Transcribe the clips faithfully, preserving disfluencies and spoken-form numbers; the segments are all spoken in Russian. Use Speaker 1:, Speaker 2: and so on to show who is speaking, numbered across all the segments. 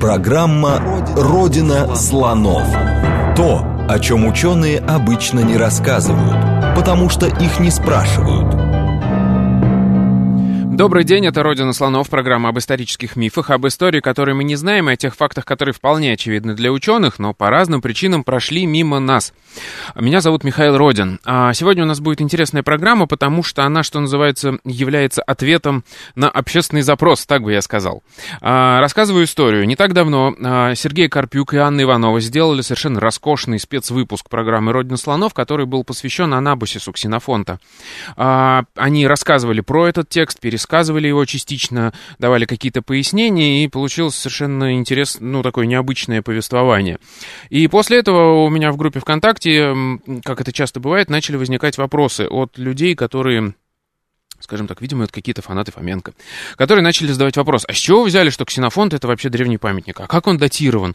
Speaker 1: Программа «Родина слонов». То, о чем ученые обычно не рассказывают, потому что их не спрашивают.
Speaker 2: Добрый день, это «Родина слонов», программа об исторических мифах, об истории, которые мы не знаем, и о тех фактах, которые вполне очевидны для ученых, но по разным причинам прошли мимо нас. Меня зовут Михаил Родин. А сегодня у нас будет интересная программа, потому что она, что называется, является ответом на общественный запрос, так бы я сказал. А, рассказываю историю. Не так давно а, Сергей Карпюк и Анна Иванова сделали совершенно роскошный спецвыпуск программы «Родина слонов», который был посвящен Анабасису Ксенофонта. А, они рассказывали про этот текст, пересказывали, Рассказывали его частично, давали какие-то пояснения, и получилось совершенно интересное, ну, такое необычное повествование. И после этого у меня в группе ВКонтакте, как это часто бывает, начали возникать вопросы от людей, которые, скажем так, видимо, это какие-то фанаты Фоменко, которые начали задавать вопрос: а с чего вы взяли, что Ксенофонт — это вообще древний памятник? А как он датирован?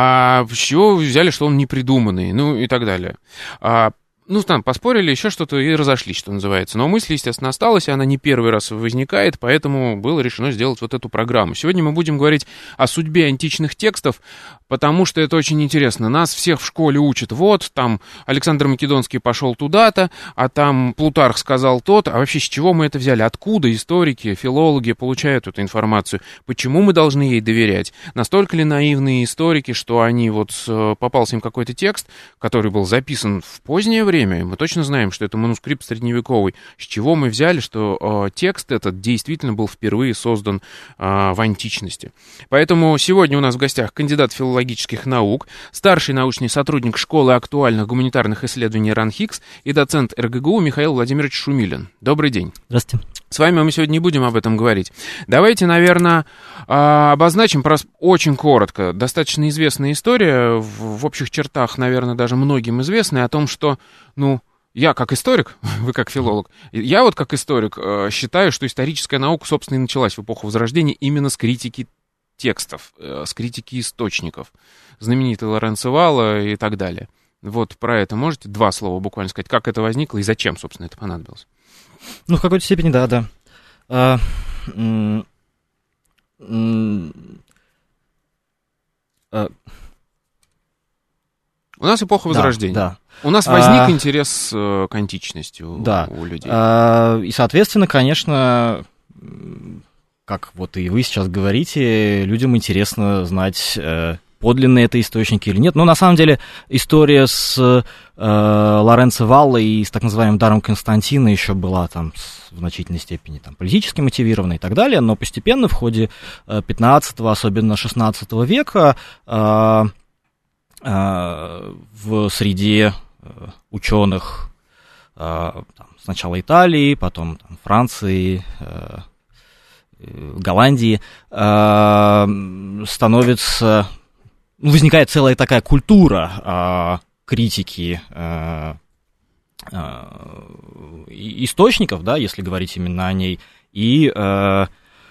Speaker 2: А с чего вы взяли, что он непридуманный? Ну, и так далее. А Ну, там, поспорили, еще что-то, и разошлись, что называется. Но мысль, естественно, осталась, и она не первый раз возникает, поэтому было решено сделать вот эту программу. Сегодня мы будем говорить о судьбе античных текстов, потому что это очень интересно. Нас всех в школе учат: вот, там, Александр Македонский пошел туда-то, а там Плутарх сказал то-то. А вообще, с чего мы это взяли? Откуда историки, филологи получают эту информацию? Почему мы должны ей доверять? Настолько ли наивные историки, что они вот, попался им какой-то текст, который был записан в позднее время, мы точно знаем, что это манускрипт средневековый. С чего мы взяли, что э, текст этот действительно был впервые создан э, в античности. Поэтому сегодня у нас в гостях кандидат филологических наук, старший научный сотрудник Школы актуальных гуманитарных исследований РАНХИКС и доцент РГГУ Михаил Владимирович Шумилин. Добрый день.
Speaker 3: Здравствуйте.
Speaker 2: С вами мы сегодня не будем об этом говорить. Давайте, наверное, обозначим очень коротко. Достаточно известная история, в общих чертах, наверное, даже многим известная, о том, что, ну, я как историк, вы как филолог, я вот как историк считаю, что историческая наука, собственно, и началась в эпоху Возрождения именно с критики текстов, с критики источников. Знаменитый Лоренцо Валла и так далее. Вот про это можете два слова буквально сказать, как это возникло и зачем, собственно, это понадобилось?
Speaker 3: Ну, в какой-то степени, да, да. А, м- м- а,
Speaker 2: У нас эпоха Возрождения.
Speaker 3: Да, да.
Speaker 2: У нас возник
Speaker 3: а,
Speaker 2: интерес к античности у,
Speaker 3: да.
Speaker 2: у людей.
Speaker 3: А, и, соответственно, конечно, как вот и вы сейчас говорите, людям интересно знать, подлинные это источники или нет. Но на самом деле история с э, Лоренцо Валлой и с так называемым даром Константина еще была там в значительной степени там, политически мотивирована и так далее, но постепенно в ходе пятнадцатого, особенно шестнадцатого века э, э, в среде ученых э, там, сначала Италии, потом там, Франции, э, Голландии э, становится... возникает целая такая культура а, критики а, а, источников, да, если говорить именно о ней, и а,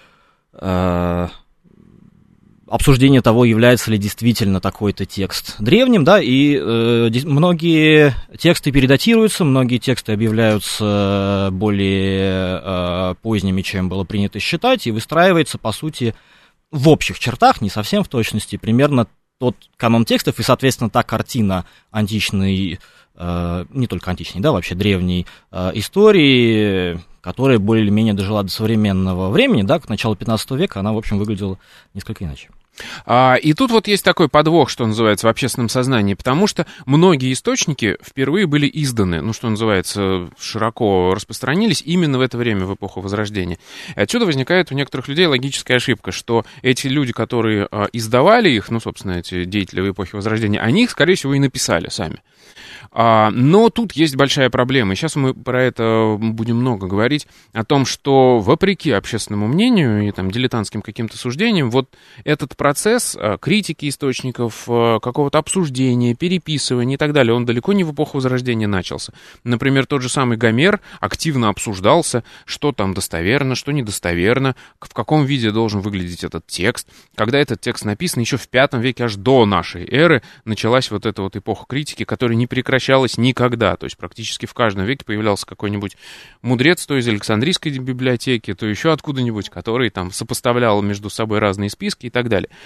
Speaker 3: а, обсуждение того, является ли действительно такой-то текст древним, да, и а, многие тексты передатируются, многие тексты объявляются более а, поздними, чем было принято считать, и выстраивается, по сути, в общих чертах, не совсем в точности, примерно тот канон текстов и, соответственно, та картина античной, э, не только античной, да, вообще древней э, истории, которая более или менее дожила до современного времени, да, к началу пятнадцатого века, она, в общем, выглядела несколько иначе.
Speaker 2: А, и тут вот есть такой подвох, что называется, в общественном сознании, потому что многие источники впервые были изданы, ну, что называется, широко распространились именно в это время, в эпоху Возрождения. И отсюда возникает у некоторых людей логическая ошибка, что эти люди, которые а, издавали их, ну, собственно, эти деятели в эпохе Возрождения, они их, скорее всего, и написали сами. А, но тут есть большая проблема, и сейчас мы про это будем много говорить, о том, что вопреки общественному мнению и там, дилетантским каким-то суждениям, вот этот процесс а, критики источников, а, какого-то обсуждения, переписывания и так далее, он далеко не в эпоху Возрождения начался. Например, тот же самый Гомер активно обсуждался, что там достоверно, что недостоверно, в каком виде должен выглядеть этот текст. Когда этот текст написан, еще в пятом веке, аж до нашей эры, началась вот эта вот эпоха критики, которая не прекращалась никогда. То есть практически в каждом веке появлялся какой-нибудь мудрец, то из Александрийской библиотеки, то еще откуда-нибудь, который там сопоставлял между собой разные списки и так далее.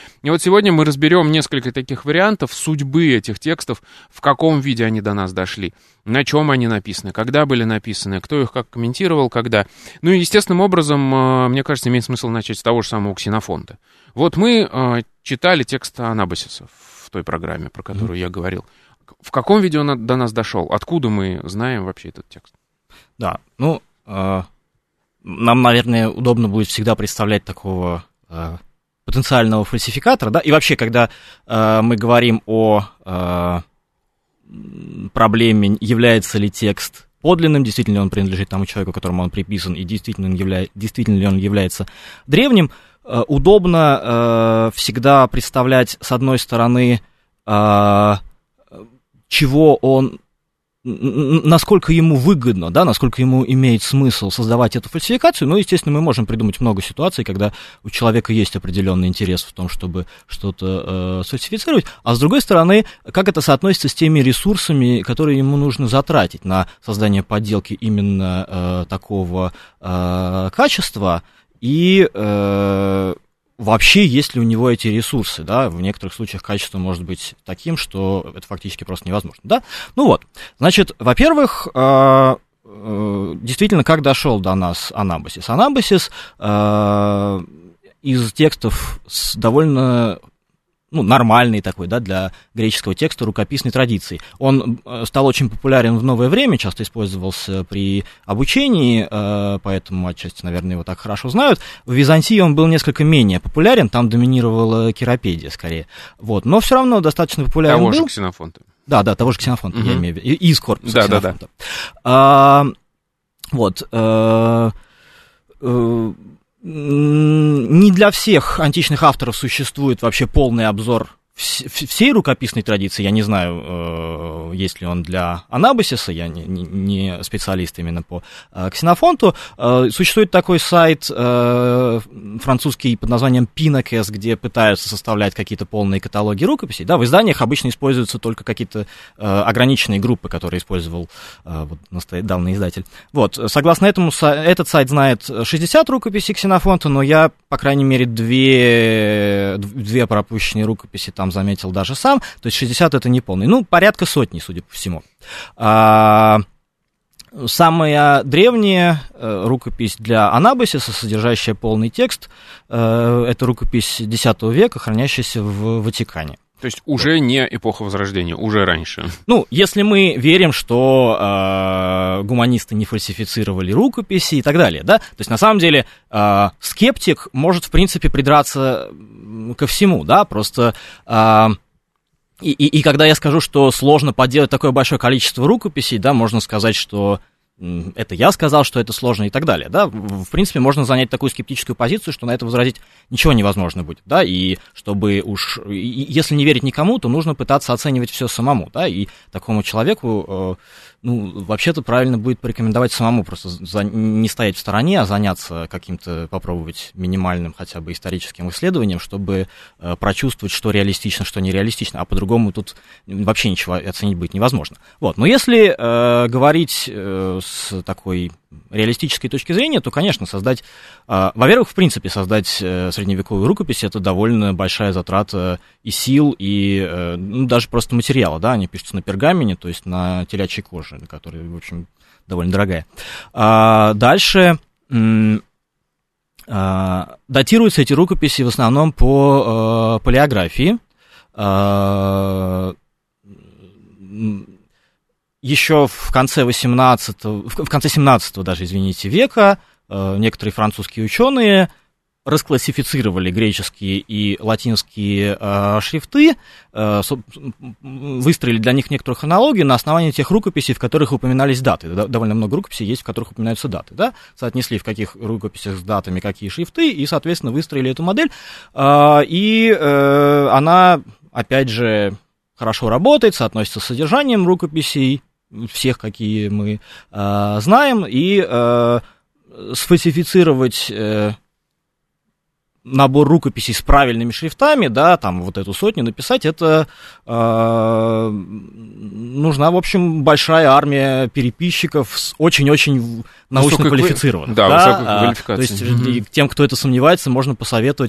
Speaker 2: И вот сегодня мы разберем несколько таких вариантов судьбы этих текстов, в каком виде они до нас дошли, на чем они написаны, когда были написаны, кто их как комментировал, когда. Ну и естественным образом, мне кажется, имеет смысл начать с того же самого Ксенофонта. Вот мы читали текст Анабасиса в той программе, про которую mm-hmm. я говорил. В каком виде он до нас дошел? Откуда мы знаем вообще этот текст?
Speaker 3: Да, ну, э, нам, наверное, удобно будет всегда представлять такого э, потенциального фальсификатора, да, и вообще, когда э, мы говорим о э, проблеме, является ли текст подлинным, действительно ли он принадлежит тому человеку, которому он приписан, и действительно, он явля... действительно ли он является древним, э, удобно э, всегда представлять, с одной стороны, э, чего он, насколько ему выгодно, да, насколько ему имеет смысл создавать эту фальсификацию. Ну, естественно, мы можем придумать много ситуаций, когда у человека есть определенный интерес в том, чтобы что-то э, сфальсифицировать, а с другой стороны, как это соотносится с теми ресурсами, которые ему нужно затратить на создание подделки именно э, такого э, качества, и э, вообще, есть ли у него эти ресурсы, да, в некоторых случаях качество может быть таким, что это фактически просто невозможно, да. Ну вот, значит, во-первых, э, э, действительно, как дошел до нас Анабасис? Анабасис э, из текстов с довольно, ну, нормальный такой, да, для греческого текста рукописной традиции. Он стал очень популярен в новое время, часто использовался при обучении, поэтому отчасти, наверное, его так хорошо знают. В Византии он был несколько менее популярен, там доминировала Киропедия скорее. Вот, но все равно достаточно популярен
Speaker 2: того
Speaker 3: был.
Speaker 2: Того же Ксенофонта. Да,
Speaker 3: да, того же Ксенофонта, угу. я имею в виду, из корпуса
Speaker 2: да,
Speaker 3: Ксенофонта.
Speaker 2: Да, да.
Speaker 3: А, вот, а, а, не для всех античных авторов существует вообще полный обзор всей рукописной традиции. Я не знаю, есть ли он для Анабасиса, я не, не специалист именно по Ксенофонту. Существует такой сайт французский под названием Pinakes, где пытаются составлять какие-то полные каталоги рукописей. Да, в изданиях обычно используются только какие-то ограниченные группы, которые использовал вот, давний издатель. Вот, согласно этому, этот сайт знает шестьдесят рукописей Ксенофонта, но я, по крайней мере, две, две пропущенные рукописи там заметил даже сам, то есть шестьдесят это не полный, ну, порядка сотни, судя по всему. А, самая древняя э, рукопись для Анабасиса, содержащая полный текст, э, это рукопись десятого века, хранящаяся в Ватикане.
Speaker 2: То есть уже не эпоха Возрождения, уже раньше.
Speaker 3: Ну, если мы верим, что э, гуманисты не фальсифицировали рукописи и так далее, да, то есть на самом деле э, скептик может, в принципе, придраться ко всему, да, просто... Э, и, и, и когда я скажу, что сложно подделать такое большое количество рукописей, да, можно сказать, что это я сказал, что это сложно и так далее, да, в принципе, можно занять такую скептическую позицию, что на это возразить ничего невозможно будет, да, и чтобы уж, и, если не верить никому, то нужно пытаться оценивать все самому, да, и такому человеку, ну, вообще-то правильно будет порекомендовать самому просто за, не стоять в стороне, а заняться каким-то, попробовать минимальным хотя бы историческим исследованием, чтобы э, прочувствовать, что реалистично, что нереалистично, а по-другому тут вообще ничего оценить будет невозможно. Вот, но если э, говорить э, с такой реалистической точки зрения, то, конечно, создать, э, во-первых, в принципе, создать э, средневековую рукопись — это довольно большая затрата и сил, и э, ну, даже просто материала, да, они пишутся на пергамене, то есть на телячьей коже, которая, в общем, довольно дорогая. А дальше м- а, датируются эти рукописи в основном по а, палеографии. А, еще в конце восемнадцатого, в конце семнадцатого даже, извините, века а, некоторые французские ученые расклассифицировали греческие и латинские э, шрифты, э, выстроили для них некоторую хронологию на основании тех рукописей, в которых упоминались даты. Довольно много рукописей есть, в которых упоминаются даты. Да? Соотнесли, в каких рукописях с датами какие шрифты, и, соответственно, выстроили эту модель. Э, и э, она, опять же, хорошо работает, соотносится с содержанием рукописей, всех, какие мы э, знаем, и э, сфальсифицировать... Э, набор рукописей с правильными шрифтами, да, там вот эту сотню написать, это э, нужна, в общем, большая армия переписчиков с очень-очень научно квалифицированных.
Speaker 2: Да,
Speaker 3: да,
Speaker 2: высокой квалификацией.
Speaker 3: То есть mm-hmm. тем, кто это сомневается, можно посоветовать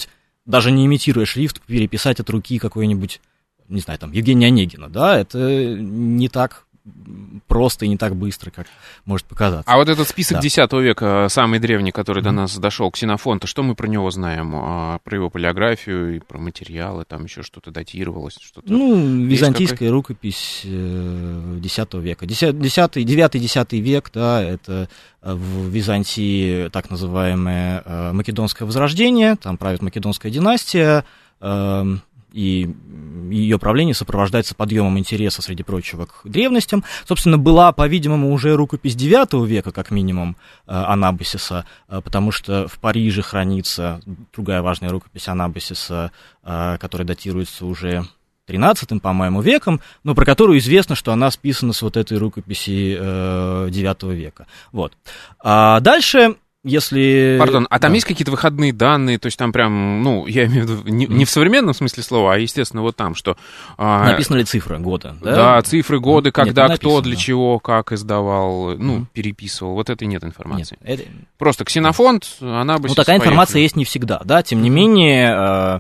Speaker 3: даже не имитируя шрифт, переписать от руки какой-нибудь, не знаю, там, Евгения Онегина, да, это не так просто и не так быстро, как может показаться.
Speaker 2: А вот этот список
Speaker 3: да.
Speaker 2: десятого века, самый древний, который mm-hmm. до нас дошел, Ксенофонта, что мы про него знаем? А, про его палеографию и про материалы, там еще что-то датировалось? Что-то...
Speaker 3: Ну, византийская какой? рукопись десятого века. десятый, девятый-десятый век, да, это в Византии так называемое Македонское возрождение, там правит Македонская династия, и ее правление сопровождается подъемом интереса, среди прочего, к древностям. Собственно, была, по-видимому, уже рукопись девятого века, как минимум, Анабасиса, потому что в Париже хранится другая важная рукопись Анабасиса, которая датируется уже тринадцатым, по-моему, веком, но про которую известно, что она списана с вот этой рукописи девятого века. Вот. А дальше... Если...
Speaker 2: Пардон, а там
Speaker 3: да.
Speaker 2: есть какие-то выходные данные, то есть там прям, ну, я имею в виду, не, не в современном смысле слова, а, естественно, вот там, что... А...
Speaker 3: Написаны ли цифры года, да?
Speaker 2: Да, цифры, годы, когда,
Speaker 3: нет,
Speaker 2: кто, для
Speaker 3: да.
Speaker 2: чего, как издавал, ну, mm. переписывал, вот этой нет информации. Нет, это... Просто Ксенофонт, она бы...
Speaker 3: Ну, такая поехали. Информация есть не всегда, да, тем не mm-hmm. менее...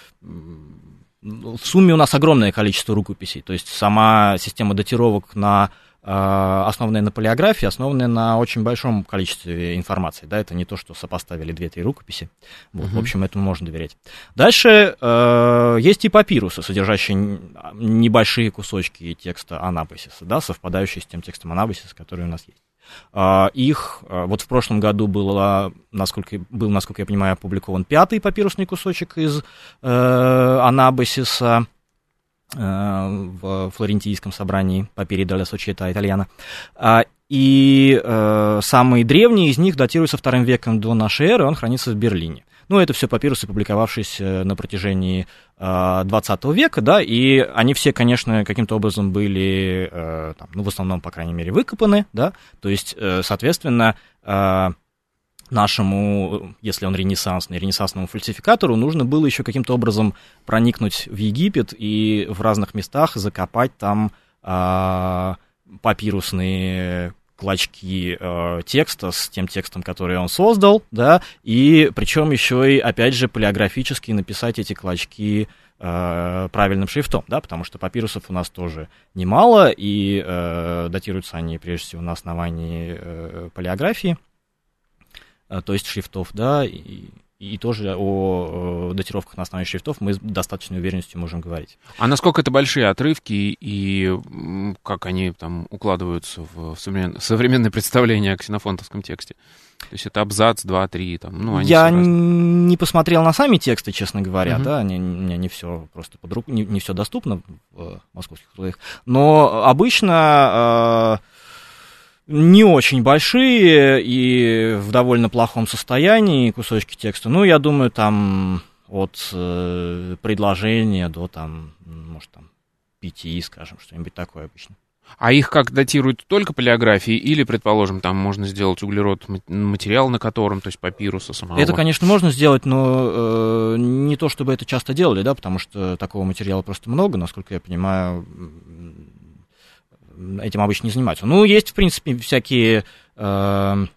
Speaker 3: В сумме у нас огромное количество рукописей, то есть сама система датировок на... основанная на палеографии, основанная на очень большом количестве информации. Да, это не то, что сопоставили две-три рукописи. Вот, uh-huh. В общем, этому можно доверять. Дальше э, есть и папирусы, содержащие небольшие кусочки текста Анабасиса, да, совпадающие с тем текстом Анабасиса, который у нас есть. Э, их, э, вот в прошлом году было, насколько, был, насколько я понимаю, опубликован пятый папирусный кусочек из э, Анабасиса, в флорентийском собрании Папири делла Società Italiana. И э, самый древний из них датируется вторым веком до нашей эры, он хранится в Берлине. Ну, это все папирусы, публиковавшиеся на протяжении э, двадцатого века, да, и они все, конечно, каким-то образом были, э, там, ну, в основном, по крайней мере, выкопаны, да, то есть, э, соответственно, э, нашему, если он ренессансный, ренессансному фальсификатору нужно было еще каким-то образом проникнуть в Египет и в разных местах закопать там а, папирусные клочки а, текста с тем текстом, который он создал, да, и причем еще и, опять же, палеографически написать эти клочки а, правильным шрифтом, да, потому что папирусов у нас тоже немало, и а, датируются они, прежде всего, на основании а, палеографии, то есть шрифтов, да, и, и тоже о, о датировках на основе шрифтов мы с достаточной уверенностью можем говорить.
Speaker 2: А насколько это большие отрывки и как они там укладываются в современ... современное представление о ксенофонтовском тексте? То есть это абзац, два, три, там, ну, они
Speaker 3: Я не посмотрел на сами тексты, честно говоря, uh-huh. да, мне не, не все просто под руку, не, не все доступно в московских условиях, но обычно... Э, не очень большие и в довольно плохом состоянии кусочки текста. Ну, я думаю, там от э, предложения до, там, может, там, пяти, скажем, что-нибудь такое обычно.
Speaker 2: А их как датируют только палеографией или, предположим, там можно сделать углерод, материал на котором, то есть папируса самого?
Speaker 3: Это, конечно, можно сделать, но э, не то, чтобы это часто делали, да, потому что такого материала просто много, насколько я понимаю... Этим обычно не занимаются. Ну, есть, в принципе, всякие э,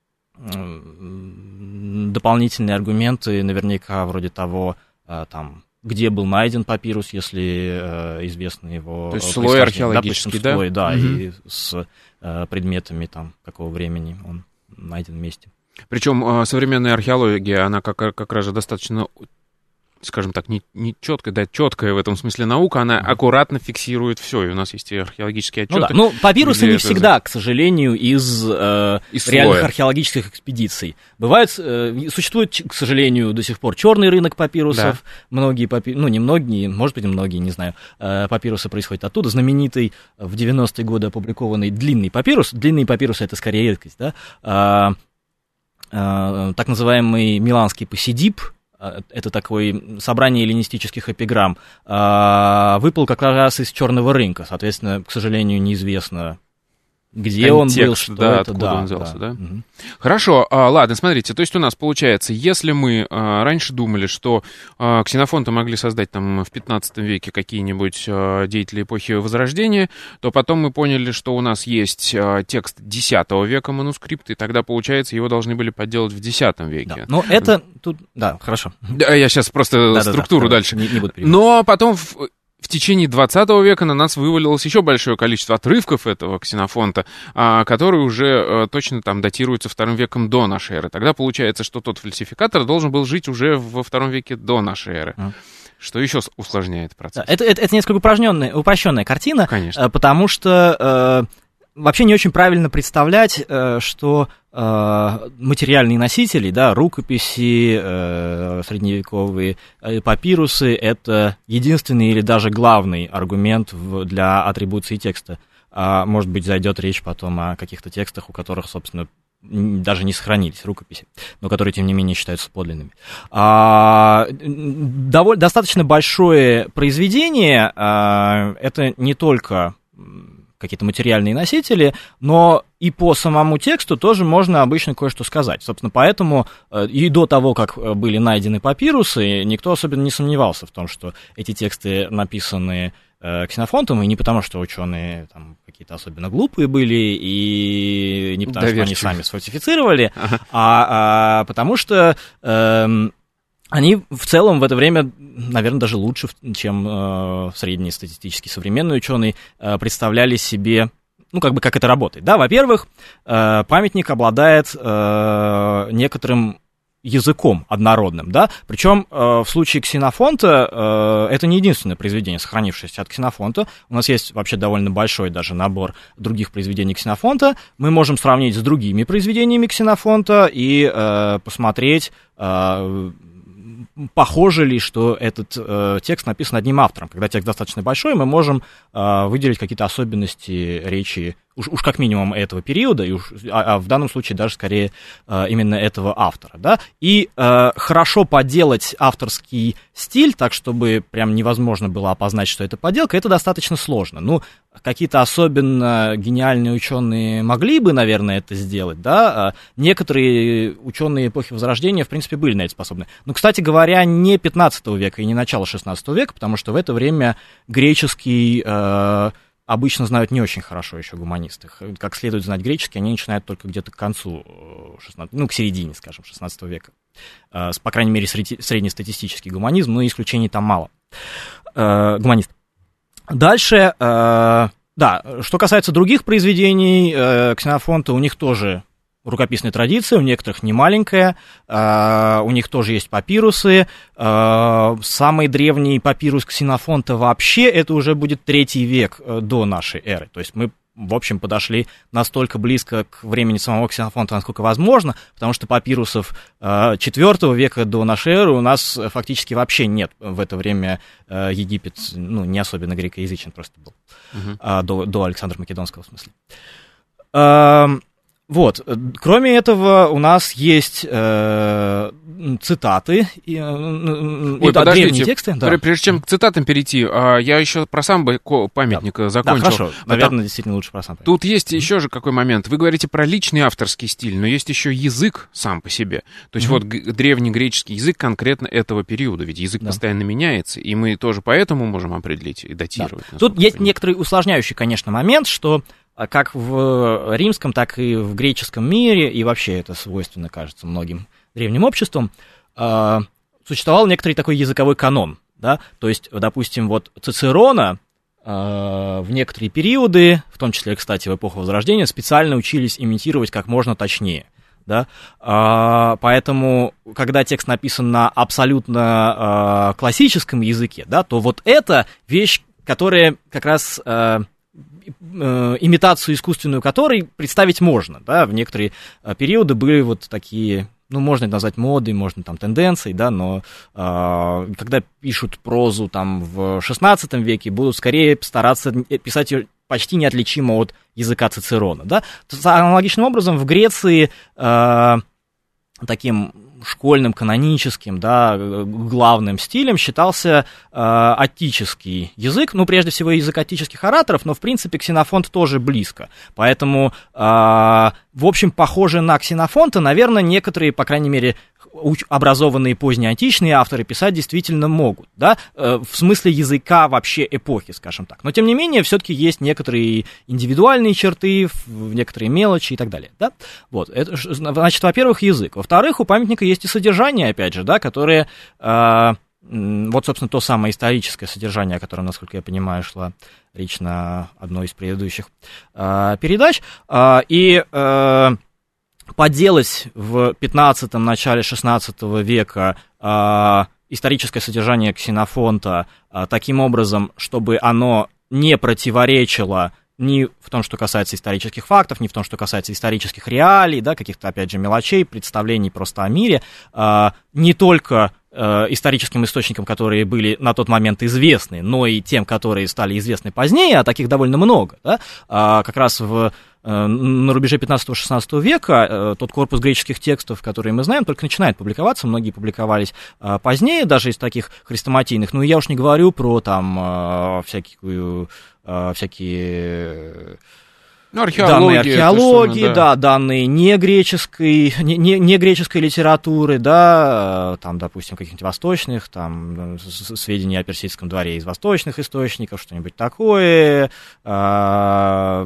Speaker 3: дополнительные аргументы, наверняка, вроде того, э, там, где был найден папирус, если э, известно его...
Speaker 2: То есть слой археологический, да?
Speaker 3: Слой, да,
Speaker 2: угу.
Speaker 3: и с э, предметами, там, какого времени он найден вместе.
Speaker 2: Причем э, современная археология, она как, как раз же достаточно... скажем так, не, не четкая, да, четкая в этом смысле наука, она mm-hmm. аккуратно фиксирует все, и у нас есть и археологические отчеты.
Speaker 3: Ну, да. ну папирусы не всегда, к сожалению, из, э, из реальных слоя. Археологических экспедиций. Бывает, э, существует, к сожалению, до сих пор черный рынок папирусов, да. многие папирусы, ну, не многие, может быть, и многие, не знаю, э, папирусы происходят оттуда. Знаменитый в девяностые годы опубликованный длинный папирус, длинные папирусы — это скорее редкость, да, э, э, так называемый миланский Посидип, это такое собрание эллинистических эпиграмм, выпал как раз из черного рынка. Соответственно, к сожалению, неизвестно, где контекст, он был, что
Speaker 2: да,
Speaker 3: это,
Speaker 2: откуда
Speaker 3: да,
Speaker 2: он взялся, да? да?
Speaker 3: Угу.
Speaker 2: Хорошо, а, ладно, смотрите, то есть у нас получается, если мы а, раньше думали, что а, Ксенофонта могли создать там в пятнадцатом веке какие-нибудь а, деятели эпохи Возрождения, то потом мы поняли, что у нас есть а, текст десятого века манускрипт, и тогда, получается, его должны были подделать в десятом веке.
Speaker 3: Да. Но это тут, да, хорошо.
Speaker 2: Да, я сейчас просто да, структуру да, да, дальше.
Speaker 3: Не, не буду
Speaker 2: Но потом... В... В течение двадцатого века на нас вывалилось еще большое количество отрывков этого Ксенофонта, а, которые уже а, точно там датируются вторым веком до нашей эры. Тогда получается, что тот фальсификатор должен был жить уже во втором веке до нашей эры. Mm. Что еще усложняет процесс.
Speaker 3: Это, это, это несколько упрощенная, упрощенная картина,
Speaker 2: Конечно.
Speaker 3: Потому что... Вообще не очень правильно представлять, что материальные носители, да, рукописи, средневековые папирусы — это единственный или даже главный аргумент для атрибуции текста. Может быть, зайдет речь потом о каких-то текстах, у которых, собственно, даже не сохранились рукописи, но которые, тем не менее, считаются подлинными. Довольно, достаточно большое произведение, это не только... какие-то материальные носители, но и по самому тексту тоже можно обычно кое-что сказать. Собственно, поэтому и до того, как были найдены папирусы, никто особенно не сомневался в том, что эти тексты написаны Ксенофонтом, и не потому, что ученые там какие-то особенно глупые были, и не потому, что они сами сфальсифицировали, ага. а, а потому что... Эм, Они в целом в это время, наверное, даже лучше, чем э, средние статистически современные ученые, э, представляли себе, ну, как бы, как это работает. Да, во-первых, э, памятник обладает э, некоторым языком однородным, да, причем э, в случае Ксенофонта э, это не единственное произведение, сохранившееся от Ксенофонта. У нас есть вообще довольно большой даже набор других произведений Ксенофонта. Мы можем сравнить с другими произведениями Ксенофонта и э, посмотреть... Э, похоже ли, что этот э, текст написан одним автором. Когда текст достаточно большой, мы можем э, выделить какие-то особенности речи, уж, уж как минимум этого периода, и уж, а, а в данном случае даже скорее э, именно этого автора. Да? И э, хорошо подделать авторский стиль, так чтобы прям невозможно было опознать, что это подделка, это достаточно сложно. Ну, какие-то особенно гениальные ученые могли бы, наверное, это сделать, да, некоторые ученые эпохи Возрождения, в принципе, были на это способны. Но, кстати говоря, не пятнадцатого века и не начало шестнадцатого века, потому что в это время греческий э, обычно знают не очень хорошо еще гуманисты. Как следует знать греческий, они начинают только где-то к концу шестнадцатого, ну, к середине, скажем, шестнадцатого века. Э, по крайней мере, среднестатистический гуманизм, но исключений там мало. Э, гуманист. Дальше, э, да, что касается других произведений э, Ксенофонта, у них тоже рукописная традиция, у некоторых не маленькая, э, у них тоже есть папирусы. Э, самый древний папирус Ксенофонта вообще это уже будет третий век э, до нашей эры, то есть мы в общем, подошли настолько близко к времени самого Ксенофонта, насколько возможно, потому что папирусов четвёртого века до нашей эры у нас фактически вообще нет. В это время Египет, ну, не особенно грекоязычен просто был, uh-huh. до, до Александра Македонского, в смысле. Вот, кроме этого, у нас есть э, цитаты, и, э,
Speaker 2: Ой, и, да, древние тексты. Да. Прежде чем к цитатам перейти, я еще про сам памятник да. закончил.
Speaker 3: Да, хорошо, наверное, там, действительно лучше про сам памятник.
Speaker 2: Тут есть mm-hmm. еще же какой момент. Вы говорите про личный авторский стиль, но есть еще язык сам по себе. То есть mm-hmm. вот г- древний греческий язык конкретно этого периода, ведь язык да. постоянно меняется, и мы тоже поэтому можем определить и датировать.
Speaker 3: Да. Тут есть некоторый усложняющий, конечно, момент, что как в римском, так и в греческом мире, и вообще это свойственно, кажется, многим древним обществам, э, существовал некоторый такой языковой канон, да, то есть, допустим, вот Цицерона э, в некоторые периоды, в том числе, кстати, в эпоху Возрождения, специально учились имитировать как можно точнее, да, э, поэтому, когда текст написан на абсолютно э, классическом языке, да, то вот это вещь, которая как раз... Э, имитацию искусственную которой представить можно, да, в некоторые периоды были вот такие, ну, можно это назвать модой, можно там тенденцией, да, но э, когда пишут прозу там в шестнадцатом веке, будут скорее стараться писать ее почти неотличимо от языка Цицерона, да. Аналогичным образом в Греции э, таким школьным, каноническим, да, главным стилем считался э, аттический язык, ну, прежде всего, язык аттических ораторов, но, в принципе, Ксенофонт тоже близко. Поэтому, э, в общем, похоже на Ксенофонта, наверное, некоторые, по крайней мере, образованные позднеантичные авторы писать действительно могут, да, в смысле языка вообще эпохи, скажем так. Но, тем не менее, все-таки есть некоторые индивидуальные черты, некоторые мелочи и так далее, да. Вот, это, значит, во-первых, язык. Во-вторых, у памятника есть и содержание, опять же, да, которое, э, вот, собственно, то самое историческое содержание, о котором, насколько я понимаю, шла речь на одной из предыдущих э, передач, э, и... Э, Поделать в пятнадцатом, начале шестнадцатого века э, историческое содержание Ксенофонта э, таким образом, чтобы оно не противоречило ни в том, что касается исторических фактов, ни в том, что касается исторических реалий, да, каких-то, опять же, мелочей, представлений просто о мире, э, не только э, историческим источникам, которые были на тот момент известны, но и тем, которые стали известны позднее, а таких довольно много, да, э, как раз в на рубеже пятнадцатого-шестнадцатого века тот корпус греческих текстов, которые мы знаем, только начинает публиковаться, многие публиковались позднее, даже из таких хрестоматийных, ну, я уж не говорю про там всякие, всякие
Speaker 2: ну, археология,
Speaker 3: данные археологии,
Speaker 2: самое, да.
Speaker 3: да, данные не греческой, не, не, не греческой литературы, да, там, допустим, каких-нибудь восточных, там, сведения о персидском дворе из восточных источников, что-нибудь такое, а,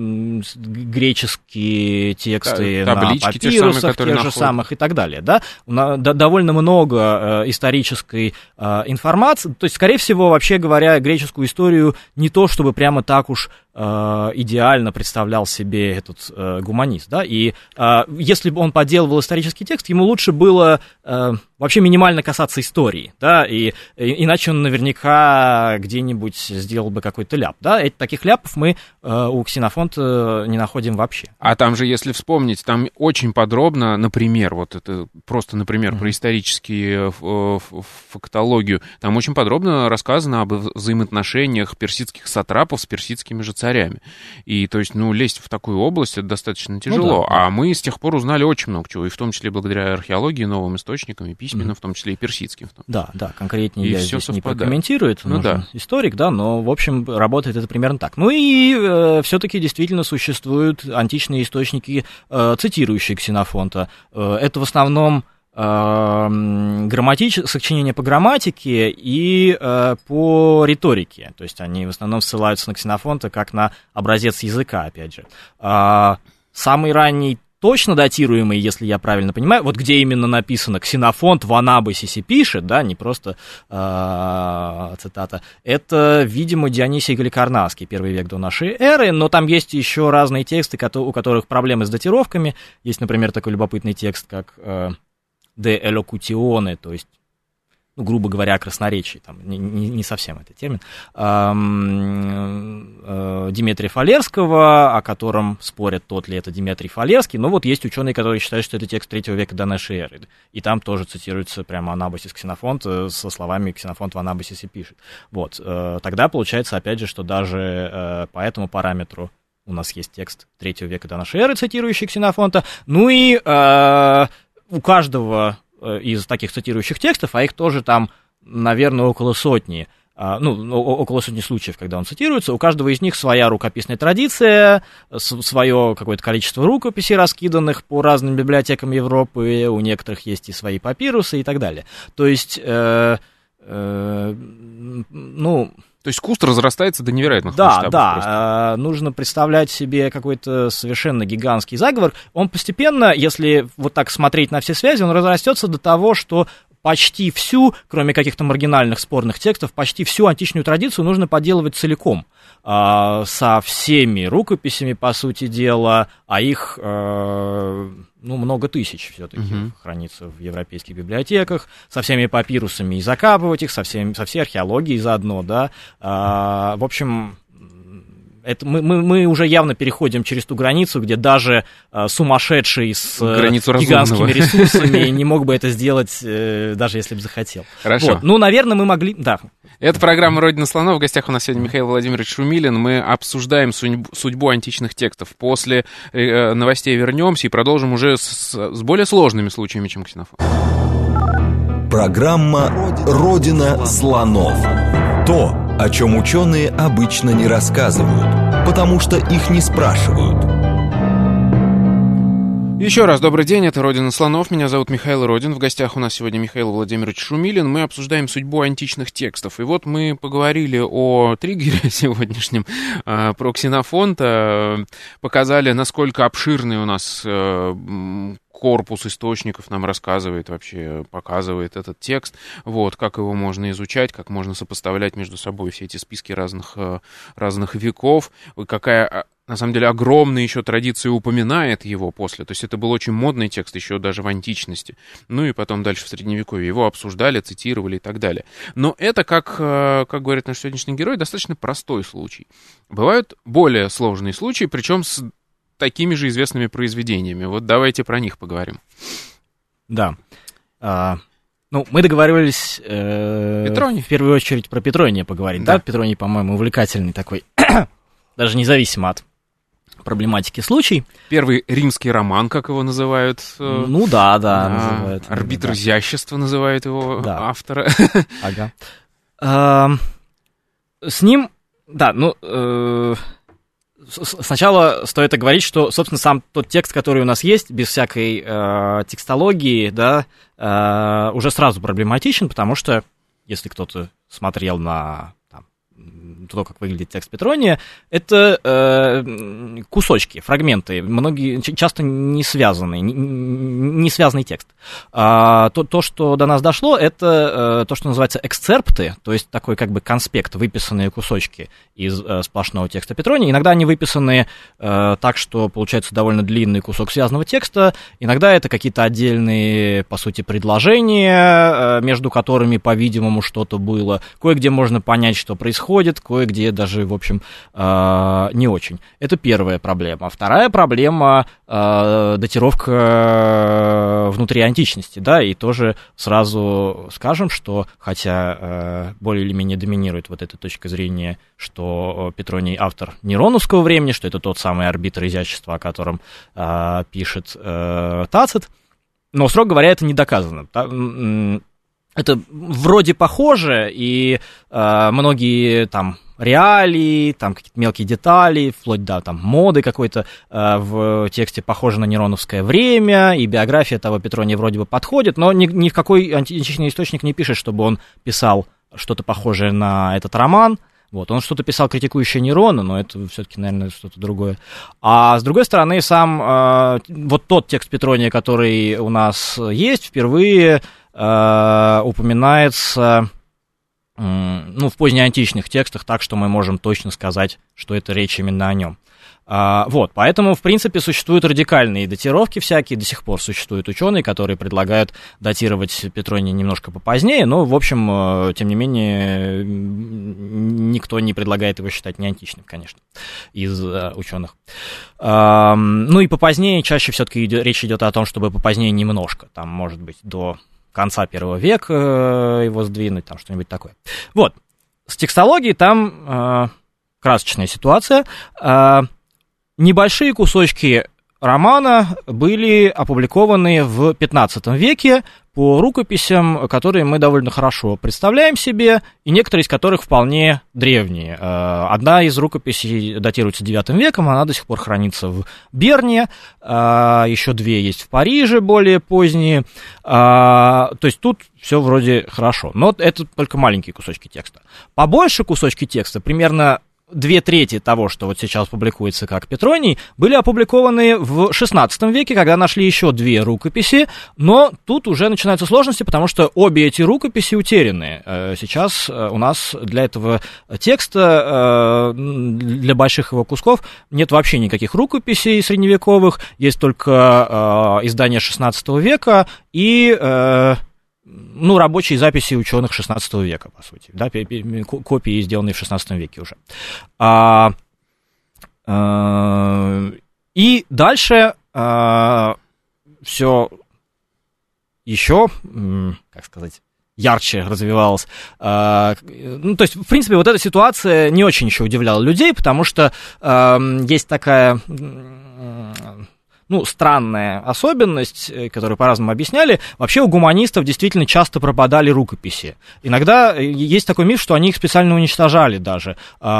Speaker 3: греческие тексты
Speaker 2: таблички,
Speaker 3: на папирусах,
Speaker 2: те же самые,
Speaker 3: тех же самых и так далее, да, довольно много исторической информации, то есть, скорее всего, вообще говоря, греческую историю не то, чтобы прямо так уж идеально представлял себе этот э, гуманист, да, и э, если бы он подделывал исторический текст, ему лучше было э, вообще минимально касаться истории, да, и, и иначе он наверняка где-нибудь сделал бы какой-то ляп, да, и таких ляпов мы э, у Ксенофонта не находим вообще.
Speaker 2: А там же, если вспомнить, там очень подробно, например, вот это просто, например, mm-hmm. про исторические фактологию, там очень подробно рассказано об взаимоотношениях персидских сатрапов с персидскими же царями. И, то есть, ну, лезть в такую область, это достаточно тяжело. Ну, да, а да. мы с тех пор узнали очень много чего, и в том числе благодаря археологии, новым источникам, и письменным, mm-hmm. в том числе и персидским.
Speaker 3: Да, да, конкретнее
Speaker 2: и
Speaker 3: я
Speaker 2: все
Speaker 3: здесь
Speaker 2: совпадает.
Speaker 3: не прокомментирую, это
Speaker 2: ну,
Speaker 3: нужен
Speaker 2: да.
Speaker 3: историк, да, но, в общем, работает это примерно так. Ну и э, все-таки действительно существуют античные источники, э, цитирующие Ксенофонта. Э, это в основном грамматич... сочинения по грамматике и э, по риторике, то есть они в основном ссылаются на Ксенофонта как на образец языка, опять же. А, самый ранний, точно датируемый, если я правильно понимаю, вот где именно написано «Ксенофонт в Анабасисе пишет», да, не просто э, цитата, это, видимо, Дионисий Галикарнасский, первый век до нашей эры, но там есть еще разные тексты, у которых проблемы с датировками. Есть, например, такой любопытный текст, как э, «De elocutione», то есть, ну, грубо говоря, о красноречии, там, не, не, не совсем это термин, Димитрия Фалерского, о котором спорят, тот ли это Димитрий Фалерский, но вот есть ученые, которые считают, что это текст третьего века до нашей эры, и там тоже цитируется прямо Анабасис Ксенофонт со словами «Ксенофонт в Анабасисе пишет». Вот, тогда получается, опять же, что даже по этому параметру у нас есть текст третьего века до нашей эры, цитирующий Ксенофонта, ну и у каждого из таких цитирующих текстов, а их тоже там, наверное, около сотни, ну, около сотни случаев, когда он цитируется, у каждого из них своя рукописная традиция, свое какое-то количество рукописей, раскиданных по разным библиотекам Европы, у некоторых есть и свои папирусы и так далее. То есть, э, э, ну...
Speaker 2: То есть куст разрастается до невероятных
Speaker 3: да,
Speaker 2: масштабов.
Speaker 3: Да,
Speaker 2: да.
Speaker 3: Нужно представлять себе какой-то совершенно гигантский заговор. Он постепенно, если вот так смотреть на все связи, он разрастется до того, что почти всю, кроме каких-то маргинальных спорных текстов, почти всю античную традицию нужно подделывать целиком. Со всеми рукописями, по сути дела, а их... ну, много тысяч все-таки uh-huh. хранится в европейских библиотеках, со всеми папирусами и закапывать их, со, всеми, со всей археологией заодно, да. А, в общем, это мы, мы, мы уже явно переходим через ту границу, где даже э, сумасшедший с
Speaker 2: границу
Speaker 3: гигантскими ресурсами не мог бы это сделать, э, даже если бы захотел.
Speaker 2: Хорошо.
Speaker 3: Вот. Ну, наверное, мы могли... Да.
Speaker 2: Это программа «Родина слонов». В гостях у нас сегодня Михаил Владимирович Шумилин. Мы обсуждаем судьбу, судьбу античных текстов. После э, новостей вернемся и продолжим уже с, с более сложными случаями, чем Ксенофонт.
Speaker 1: Программа «Родина слонов». То, о чем ученые обычно не рассказывают, потому что их не спрашивают.
Speaker 2: Еще раз добрый день, это «Родина слонов», меня зовут Михаил Родин, в гостях у нас сегодня Михаил Владимирович Шумилин, мы обсуждаем судьбу античных текстов, и вот мы поговорили о триггере сегодняшнем, про Ксенофонта, показали, насколько обширный у нас корпус источников нам рассказывает, вообще показывает этот текст, вот, как его можно изучать, как можно сопоставлять между собой все эти списки разных, разных веков, какая... На самом деле, огромная еще традиция упоминает его после. То есть это был очень модный текст еще даже в античности. Ну и потом дальше в Средневековье. Его обсуждали, цитировали и так далее. Но это, как, как говорит наш сегодняшний герой, достаточно простой случай. Бывают более сложные случаи, причем с такими же известными произведениями. Вот давайте про них поговорим.
Speaker 3: Да. А... Ну, мы договаривались э, в первую очередь про Петрония поговорить. Да, да? Петроний, по-моему, увлекательный такой, даже независимо от проблематики случай.
Speaker 2: Первый римский роман, как его называют.
Speaker 3: Ну да, да.
Speaker 2: А,
Speaker 3: называют,
Speaker 2: арбитр
Speaker 3: да.
Speaker 2: изящества называет его
Speaker 3: да.
Speaker 2: автора.
Speaker 3: Ага. А, с ним, да, ну, э, сначала стоит оговорить, что, собственно, сам тот текст, который у нас есть, без всякой э, текстологии, да, э, уже сразу проблематичен, потому что, если кто-то смотрел на... то, как выглядит текст Петрония, это э, кусочки, фрагменты, многие, часто не связанные, не, не связанный текст. А, то, то, что до нас дошло, это э, то, что называется эксцерпты, то есть такой как бы конспект, выписанные кусочки из э, сплошного текста Петрония. Иногда они выписаны э, так, что получается довольно длинный кусок связанного текста, иногда это какие-то отдельные, по сути, предложения, э, между которыми, по-видимому, что-то было. Кое-где можно понять, что происходит, кое-где даже, в общем, э, не очень. Это первая проблема. Вторая проблема э, — датировка внутри античности, да, и тоже сразу скажем, что, хотя э, более или менее доминирует вот эта точка зрения, что Петроний автор нероновского времени, что это тот самый арбитр изящества, о котором э, пишет э, Тацит, но, строго говоря, это не доказано. Это вроде похоже, и э, многие там реалии, там какие-то мелкие детали, вплоть до там моды какой-то э, в тексте похожи на нероновское время, и биография того Петрония вроде бы подходит, но ни, ни в какой античный источник не пишет, чтобы он писал что-то похожее на этот роман. Вот, он что-то писал, критикующее Нерона, но это все-таки, наверное, что-то другое. А с другой стороны, сам э, вот тот текст Петрония, который у нас есть, впервые э, упоминается э, ну, в позднеантичных текстах, так что мы можем точно сказать, что это речь именно о нем. А, вот, поэтому, в принципе, существуют радикальные датировки всякие, до сих пор существуют ученые, которые предлагают датировать Петрония немножко попозднее, но, в общем, тем не менее, никто не предлагает его считать неантичным, конечно, из а, ученых. А, ну и попозднее чаще все-таки речь идет о том, чтобы попозднее немножко, там, может быть, до конца первого века его сдвинуть, там что-нибудь такое. Вот, с текстологией там а, красочная ситуация. А, Небольшие кусочки романа были опубликованы в пятнадцатом веке по рукописям, которые мы довольно хорошо представляем себе, и некоторые из которых вполне древние. Одна из рукописей датируется девятым веком, она до сих пор хранится в Берне, еще две есть в Париже, более поздние. То есть тут все вроде хорошо, но это только маленькие кусочки текста. Побольше кусочки текста, примерно две трети того, что вот сейчас публикуется как Петроний, были опубликованы в шестнадцатом веке, когда нашли еще две рукописи, но тут уже начинаются сложности, потому что обе эти рукописи утеряны. Сейчас у нас для этого текста, для больших его кусков, нет вообще никаких рукописей средневековых, есть только издания шестнадцатого века и... ну, рабочие записи ученых шестнадцатого века, по сути, да, копии, сделанные в шестнадцатом веке уже. А, И дальше все еще, как сказать, ярче развивалось. Ну, то есть, в принципе, вот эта ситуация не очень еще удивляла людей, потому что есть такая... Ну, странная особенность, которую по-разному объясняли. Вообще у гуманистов действительно часто пропадали рукописи. Иногда есть такой миф, что они их специально уничтожали даже.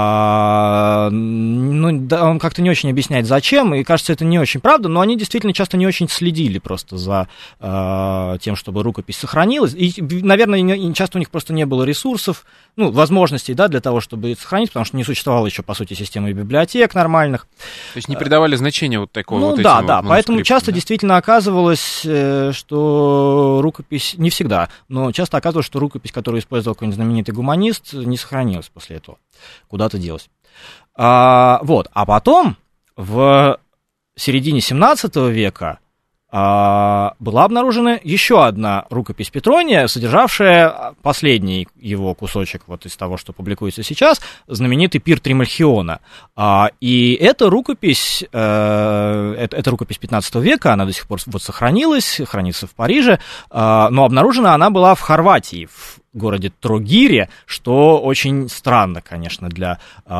Speaker 3: А, ну, да, он как-то не очень объясняет, зачем, и кажется, это не очень правда, но они действительно часто не очень следили просто за а, тем, чтобы рукопись сохранилась. И, наверное, не, часто у них просто не было ресурсов, ну, возможностей, да, для того, чтобы это сохранить, потому что не существовало еще, по сути, системы библиотек нормальных.
Speaker 2: То есть не придавали значения вот такого
Speaker 3: ну,
Speaker 2: вот
Speaker 3: да,
Speaker 2: этим
Speaker 3: да, поэтому часто
Speaker 2: да?
Speaker 3: действительно оказывалось, что рукопись, не всегда, но часто оказывалось, что рукопись, которую использовал какой-нибудь знаменитый гуманист, не сохранилась после этого, куда-то делась. А, вот, а потом, в середине семнадцатого века, а, была обнаружена еще одна рукопись Петрония, содержавшая последний его кусочек вот из того, что публикуется сейчас, знаменитый «Пир Тримальхиона». А, и эта рукопись, э, это, это рукопись пятнадцатого века, она до сих пор вот сохранилась, хранится в Париже, а, но обнаружена она была в Хорватии, в городе Трогире, что очень странно, конечно, для...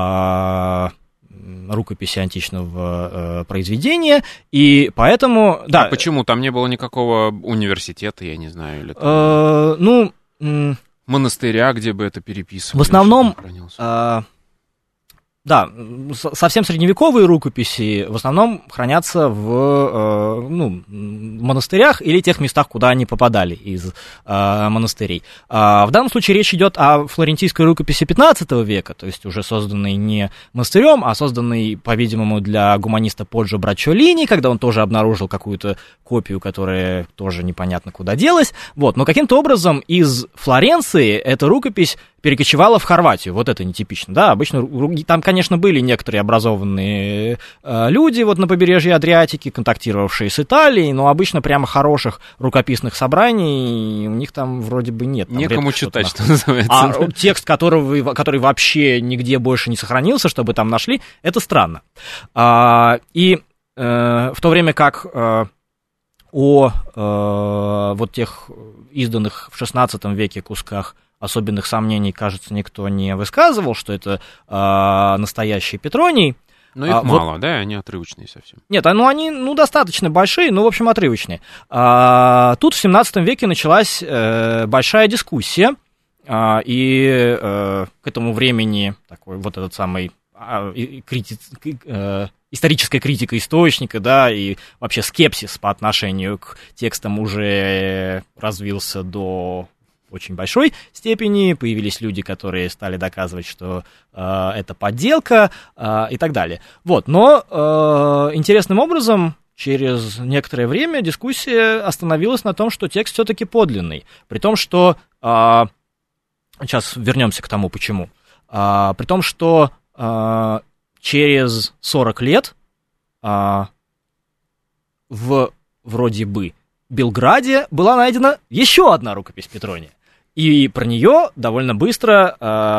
Speaker 3: А, рукописи античного э, произведения, и поэтому...
Speaker 2: А
Speaker 3: да,
Speaker 2: почему? Там не было никакого университета, я не знаю, или там...
Speaker 3: э, ну... М-
Speaker 2: монастыря, где бы это переписывали?
Speaker 3: В основном... Э, да, совсем средневековые рукописи в основном хранятся в, э, ну, монастырях или тех местах, куда они попадали из э, монастырей. А в данном случае речь идет о флорентийской рукописи пятнадцатого века, то есть уже созданной не монастырем, а созданной, по-видимому, для гуманиста Поджо Брачолини, когда он тоже обнаружил какую-то копию, которая тоже непонятно куда делась. Вот. Но каким-то образом из Флоренции эта рукопись перекочевала в Хорватию. Вот это нетипично, да, обычно там, конечно, были некоторые образованные э, люди вот на побережье Адриатики, контактировавшие с Италией, но обычно прямо хороших рукописных собраний у них там вроде бы нет. Там
Speaker 2: некому читать,
Speaker 3: что
Speaker 2: что называется.
Speaker 3: А текст, которого, который вообще нигде больше не сохранился, чтобы там нашли, это странно. А, и э, в то время как э, о э, вот тех изданных в шестнадцатом веке кусках особенных сомнений, кажется, никто не высказывал, что это э, настоящий Петроний.
Speaker 2: Но их а, мало, вот, да, они отрывочные совсем.
Speaker 3: Нет, ну они ну, достаточно большие, но, в общем, отрывочные. А, тут в семнадцатом веке началась э, большая дискуссия, а, и э, к этому времени такой вот этот самый а, крити, э, историческая критика источника, да, и вообще скепсис по отношению к текстам уже развился до... очень большой степени, появились люди, которые стали доказывать, что э, это подделка э, и так далее. Вот, но э, интересным образом через некоторое время дискуссия остановилась на том, что текст все-таки подлинный, при том, что э, сейчас вернемся к тому, почему. Э, при том, что э, через сорок лет э, в вроде бы Белграде была найдена еще одна рукопись Петрония. И про нее довольно быстро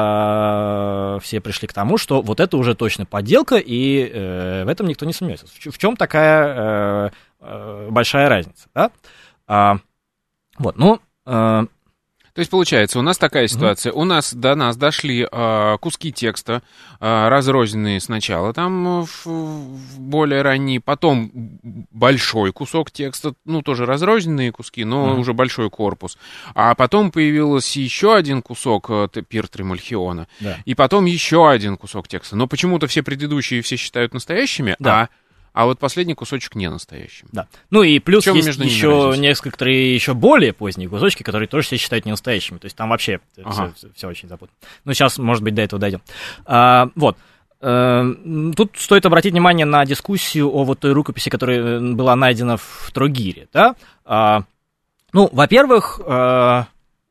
Speaker 3: э, все пришли к тому, что вот это уже точно подделка, и э, в этом никто не сомневается. В, в чем такая э, э, большая разница, да? А, вот, ну... Э,
Speaker 2: То есть, получается, у нас такая ситуация. Mm-hmm. У нас до нас дошли э, куски текста, э, разрозненные сначала, там в, в более ранние, потом большой кусок текста, ну, тоже разрозненные куски, но mm-hmm. уже большой корпус. А потом появился еще один кусок э, «Пир Тримальхиона», yeah. и потом еще один кусок текста. Но почему-то все предыдущие все считают настоящими, yeah. а... А вот последний кусочек не настоящим.
Speaker 3: Да. Ну и плюс есть еще некоторые еще более поздние кусочки, которые тоже все считают ненастоящими. То есть там вообще ага. все, все очень запутано. Но сейчас, может быть, до этого дойдем. А, вот. А, тут стоит обратить внимание на дискуссию о вот той рукописи, которая была найдена в Трогире. Да? А, ну, во-первых, а,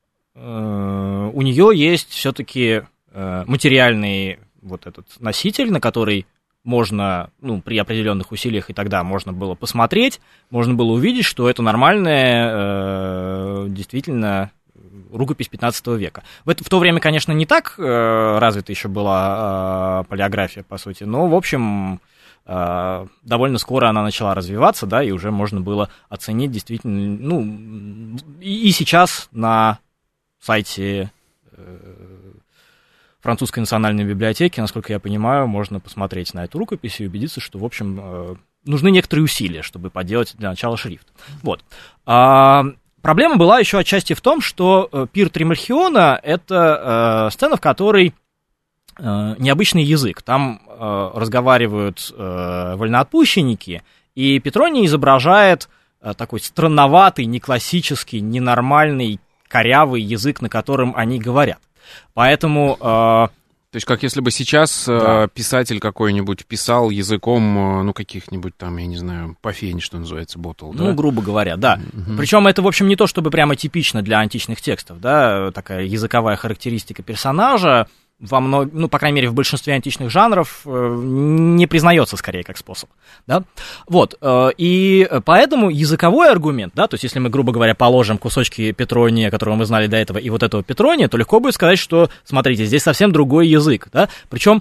Speaker 3: а, у нее есть все-таки а, материальный вот этот носитель, на который... можно, ну, при определенных усилиях и тогда можно было посмотреть, можно было увидеть, что это нормальная, э, действительно рукопись пятнадцатого века. В, это, в то время, конечно, не так э, развита еще была э, палеография, по сути, но, в общем, э, довольно скоро она начала развиваться, да, и уже можно было оценить действительно, ну, и, и сейчас на сайте э, Французской национальной библиотеки, насколько я понимаю, можно посмотреть на эту рукопись и убедиться, что, в общем, э, нужны некоторые усилия, чтобы поделать для начала шрифт. Вот. А, проблема была еще отчасти в том, что э, пир Тримальхиона — это э, сцена, в которой э, необычный язык. Там э, разговаривают э, вольноотпущенники, и Петроний изображает э, такой странноватый, неклассический, ненормальный, корявый язык, на котором они говорят. Поэтому... Э,
Speaker 2: То есть, как если бы сейчас да. писатель какой-нибудь писал языком, ну, каких-нибудь там, я не знаю, пофень, что называется, ботл, да?
Speaker 3: Ну, грубо говоря, да.
Speaker 2: Uh-huh.
Speaker 3: Причем это, в общем, не то, чтобы прямо типично для античных текстов, да, такая языковая характеристика персонажа во мног... ну, по крайней мере, в большинстве античных жанров не признается скорее как способ, да. Вот, и поэтому языковой аргумент, да, то есть если мы, грубо говоря, положим кусочки Петрония, которого мы знали до этого, и вот этого Петрония, то легко будет сказать, что, смотрите, здесь совсем другой язык, да, причем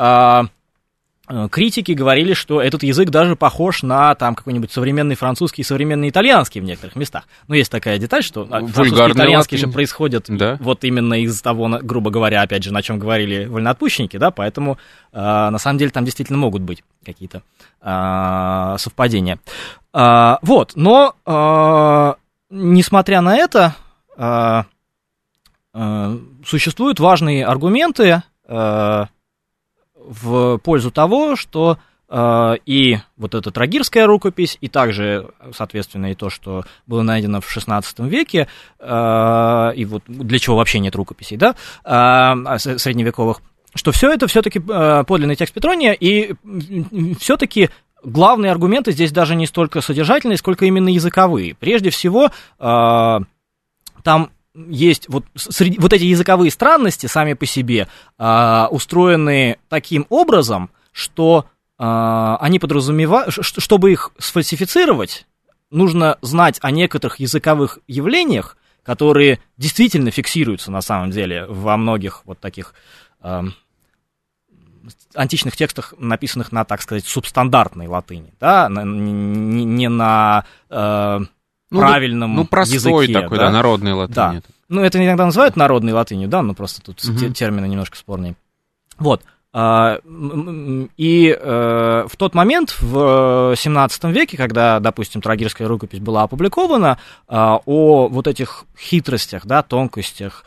Speaker 3: критики говорили, что этот язык даже похож на там какой-нибудь современный французский и современный итальянский в некоторых местах. Но есть такая деталь, что французский и итальянский же происходят да? вот именно из того, грубо говоря, опять же, на чем говорили вольноотпущенники, да, поэтому э, на самом деле там действительно могут быть какие-то э, совпадения. Э, вот, но э, несмотря на это, э, э, существуют важные аргументы, э, в пользу того, что э, и вот эта трагирская рукопись, и также, соответственно, и то, что было найдено в шестнадцатом веке, э, и вот для чего вообще нет рукописей, да, э, средневековых, что все это все-таки э, подлинный текст Петрония, и все-таки главные аргументы здесь даже не столько содержательные, сколько именно языковые. Прежде всего, э, там есть вот, среди, вот эти языковые странности сами по себе э, устроены таким образом, что э, они подразумевают, чтобы их сфальсифицировать, нужно знать о некоторых языковых явлениях, которые действительно фиксируются на самом деле во многих вот таких э, античных текстах, написанных на, так сказать, субстандартной латыни, да, не, не на... Э,
Speaker 2: Ну,
Speaker 3: правильном
Speaker 2: ну, простой
Speaker 3: языке,
Speaker 2: такой, да,
Speaker 3: да,
Speaker 2: народной латыни.
Speaker 3: Да. Ну, это иногда называют народной латынью, да, но просто тут
Speaker 2: угу.
Speaker 3: термины немножко спорные. Вот. И в тот момент, в семнадцатом веке, когда, допустим, трагирская рукопись была опубликована, о вот этих хитростях, да, тонкостях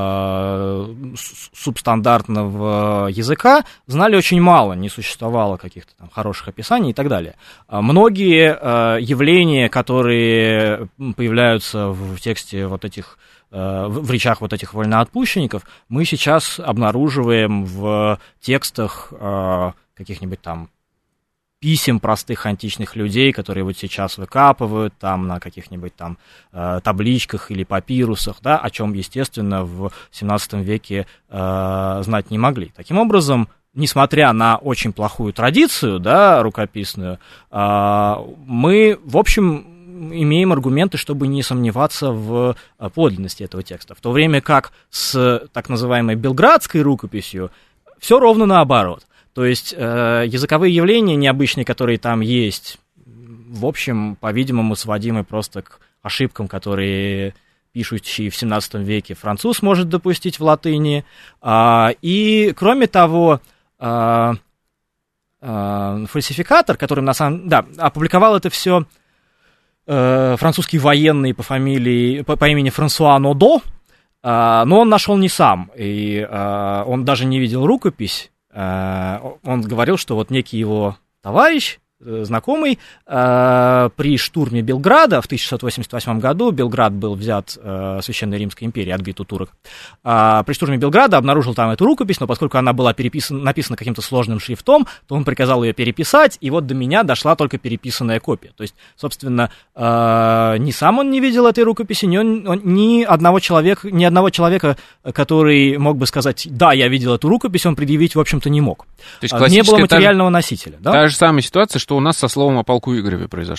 Speaker 3: субстандартного языка знали очень мало, не существовало каких-то там хороших описаний и так далее. Многие явления, которые появляются в тексте вот этих, в речах вот этих вольноотпущенников, мы сейчас обнаруживаем в текстах каких-нибудь там писем простых античных людей, которые вот сейчас выкапывают там на каких-нибудь там э, табличках или папирусах, да, о чем, естественно, в семнадцатом веке э, знать не могли. Таким образом, несмотря на очень плохую традицию, да, рукописную, э, мы, в общем, имеем аргументы, чтобы не сомневаться в подлинности этого текста. В то время как с так называемой белградской рукописью все ровно наоборот. То есть э, языковые явления необычные, которые там есть, в общем, по-видимому, сводимы просто к ошибкам, которые пишущий в семнадцатом веке француз может допустить в латыни. А, и, кроме того, а, а, фальсификатор, который на самом да, опубликовал это все а, французский военный по фамилии, по, по имени Франсуа Нодо, а, но он нашел не сам, и а, он даже не видел рукопись. Он говорил, что вот некий его товарищ, знакомый, при штурме Белграда в тысяча шестьсот восемьдесят восьмом году, Белград был взят Священной Римской империей, отбит у турок, при штурме Белграда обнаружил там эту рукопись, но поскольку она была переписана, написана каким-то сложным шрифтом, то он приказал ее переписать, и вот до меня дошла только переписанная копия. То есть, собственно, ни сам он не видел этой рукописи, ни, он, ни, одного человека, ни одного человека, который мог бы сказать, да, я видел эту рукопись, он предъявить, в общем-то, не мог.
Speaker 2: То есть
Speaker 3: не было материального та же, носителя. Да?
Speaker 2: Та же самая ситуация, что у нас со словом о полку Игореве произошла.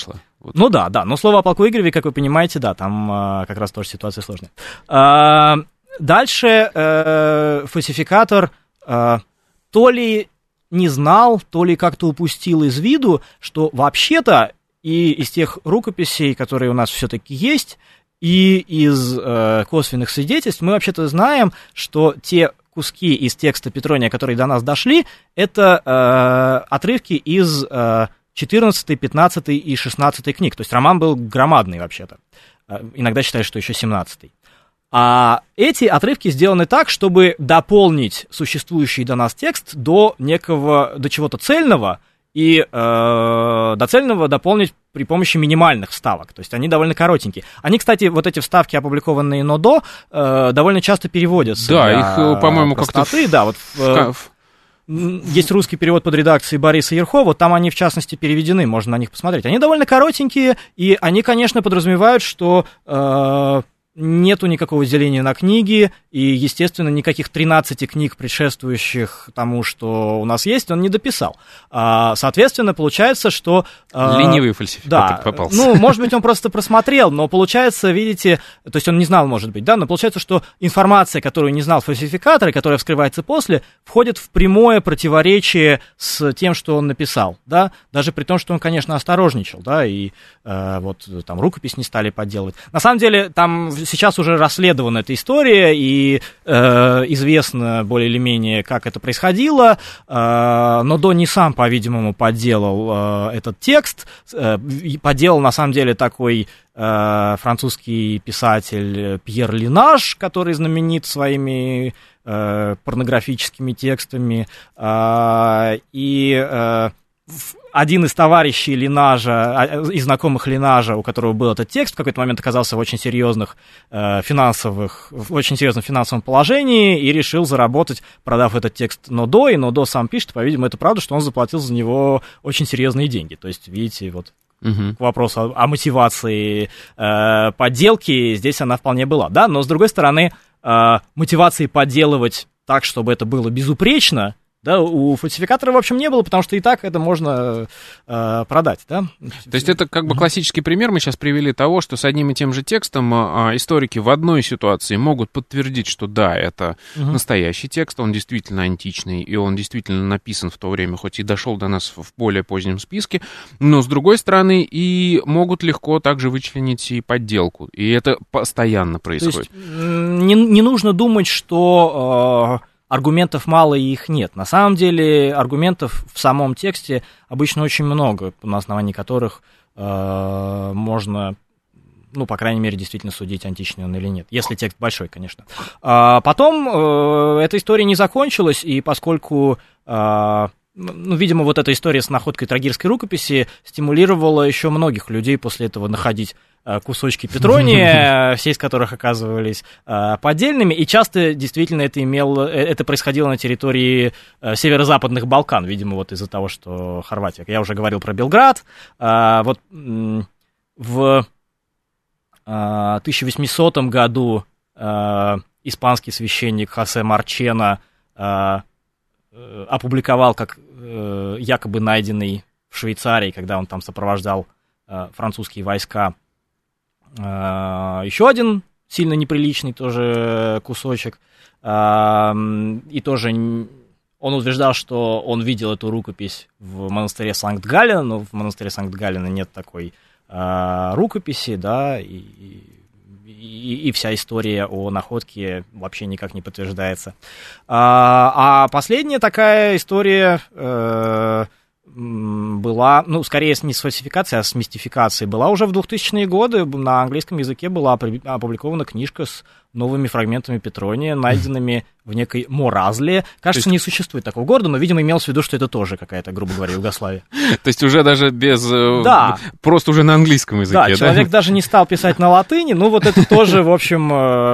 Speaker 2: Вот.
Speaker 3: Ну да, да, но слово о полку Игореве, как вы понимаете, да, там а, как раз тоже ситуация сложная. А, дальше а, фальсификатор а, то ли не знал, то ли как-то упустил из виду, что вообще-то и из тех рукописей, которые у нас все-таки есть, и из э, косвенных свидетельств мы вообще-то знаем, что те куски из текста Петрония, которые до нас дошли, это э, отрывки из э, четырнадцатой, пятнадцатой и шестнадцатой книг. То есть роман был громадный вообще-то. Э, иногда считают, что еще семнадцатый. А эти отрывки сделаны так, чтобы дополнить существующий до нас текст до некого, до чего-то цельного, и э, до цельного дополнить при помощи минимальных вставок. То есть они довольно коротенькие. Они, кстати, вот эти вставки, опубликованные НОДО, э, довольно часто переводятся.
Speaker 2: Да, их, по-моему, как-то...
Speaker 3: В... Да, вот в, в... Есть русский перевод под редакцией Бориса Ерхова, там они, в частности, переведены, можно на них посмотреть. Они довольно коротенькие, и они, конечно, подразумевают, что... Э, нету никакого деления на книги, и, естественно, никаких тринадцати книг, предшествующих тому, что у нас есть, он не дописал. А, соответственно, получается, что... А,
Speaker 2: ленивый фальсификатор
Speaker 3: да,
Speaker 2: попался.
Speaker 3: Ну, может быть, он просто просмотрел, но получается, видите, то есть он не знал, может быть, да, но получается, что информация, которую не знал фальсификатор, и которая вскрывается после, входит в прямое противоречие с тем, что он написал, да, даже при том, что он, конечно, осторожничал, да, и э, вот там рукопись не стали подделывать. На самом деле, там... Сейчас уже расследована эта история, и э, известно более или менее, как это происходило. Э, НОДО не сам, по-видимому, подделал э, этот текст. Э, подделал, на самом деле, такой э, французский писатель Пьер Линаж, который знаменит своими э, порнографическими текстами. Э, и... Э, один из товарищей Линажа, из знакомых Линажа, у которого был этот текст, в какой-то момент оказался в очень серьезных э, финансовых, в очень серьезном финансовом положении и решил заработать, продав этот текст НОДО, и НОДО сам пишет, по-видимому, это правда, что он заплатил за него очень серьезные деньги. То есть, видите, вот угу. К вопросу о, о мотивации э, подделки, здесь она вполне была, да, но, с другой стороны, э, мотивации подделывать так, чтобы это было безупречно, да, у фальсификатора, в общем, не было, потому что и так это можно э, продать, да.
Speaker 2: То есть это как бы классический пример мы сейчас привели того, что с одним и тем же текстом э, историки в одной ситуации могут подтвердить, что да, это угу. настоящий текст, он действительно античный, и он действительно написан в то время, хоть и дошел до нас в более позднем списке, но, с другой стороны, и могут легко также вычленить и подделку, и это постоянно происходит.
Speaker 3: То есть не, не нужно думать, что... Э, аргументов мало и их нет. На самом деле аргументов в самом тексте обычно очень много, на основании которых э, можно, ну, по крайней мере, действительно судить, античный он или нет. Если текст большой, конечно. А потом э, эта история не закончилась, и поскольку... Э, Ну, видимо, вот эта история с находкой трагирской рукописи стимулировала еще многих людей после этого находить кусочки Петрония, все из которых оказывались поддельными, и часто действительно это имело, это происходило на территории северо-западных Балкан, видимо, вот из-за того, что Хорватия. Я уже говорил про Белград. Вот в тысяча восьмисотом году испанский священник Хосе Марчена опубликовал как э, якобы найденный в Швейцарии, когда он там сопровождал э, французские войска, э, еще один сильно неприличный тоже кусочек. Э, и тоже он утверждал, что он видел эту рукопись в монастыре Санкт-Галлен, но в монастыре Санкт-Галлена нет такой э, рукописи, да, и... И, и вся история о находке вообще никак не подтверждается. А, а последняя такая история э, была, ну, скорее не с фальсификацией, а с мистификацией, была уже в двухтысячные годы. На английском языке была опубликована книжка с новыми фрагментами Петрония, найденными в некой Моразле. Кажется, есть... не существует такого города, но, видимо, имелось в виду, что это тоже какая-то, грубо говоря, Югославия. То
Speaker 2: есть уже даже без... Да. Просто уже на английском языке, да?
Speaker 3: Да, человек даже не стал писать на латыни, ну вот это тоже, в общем...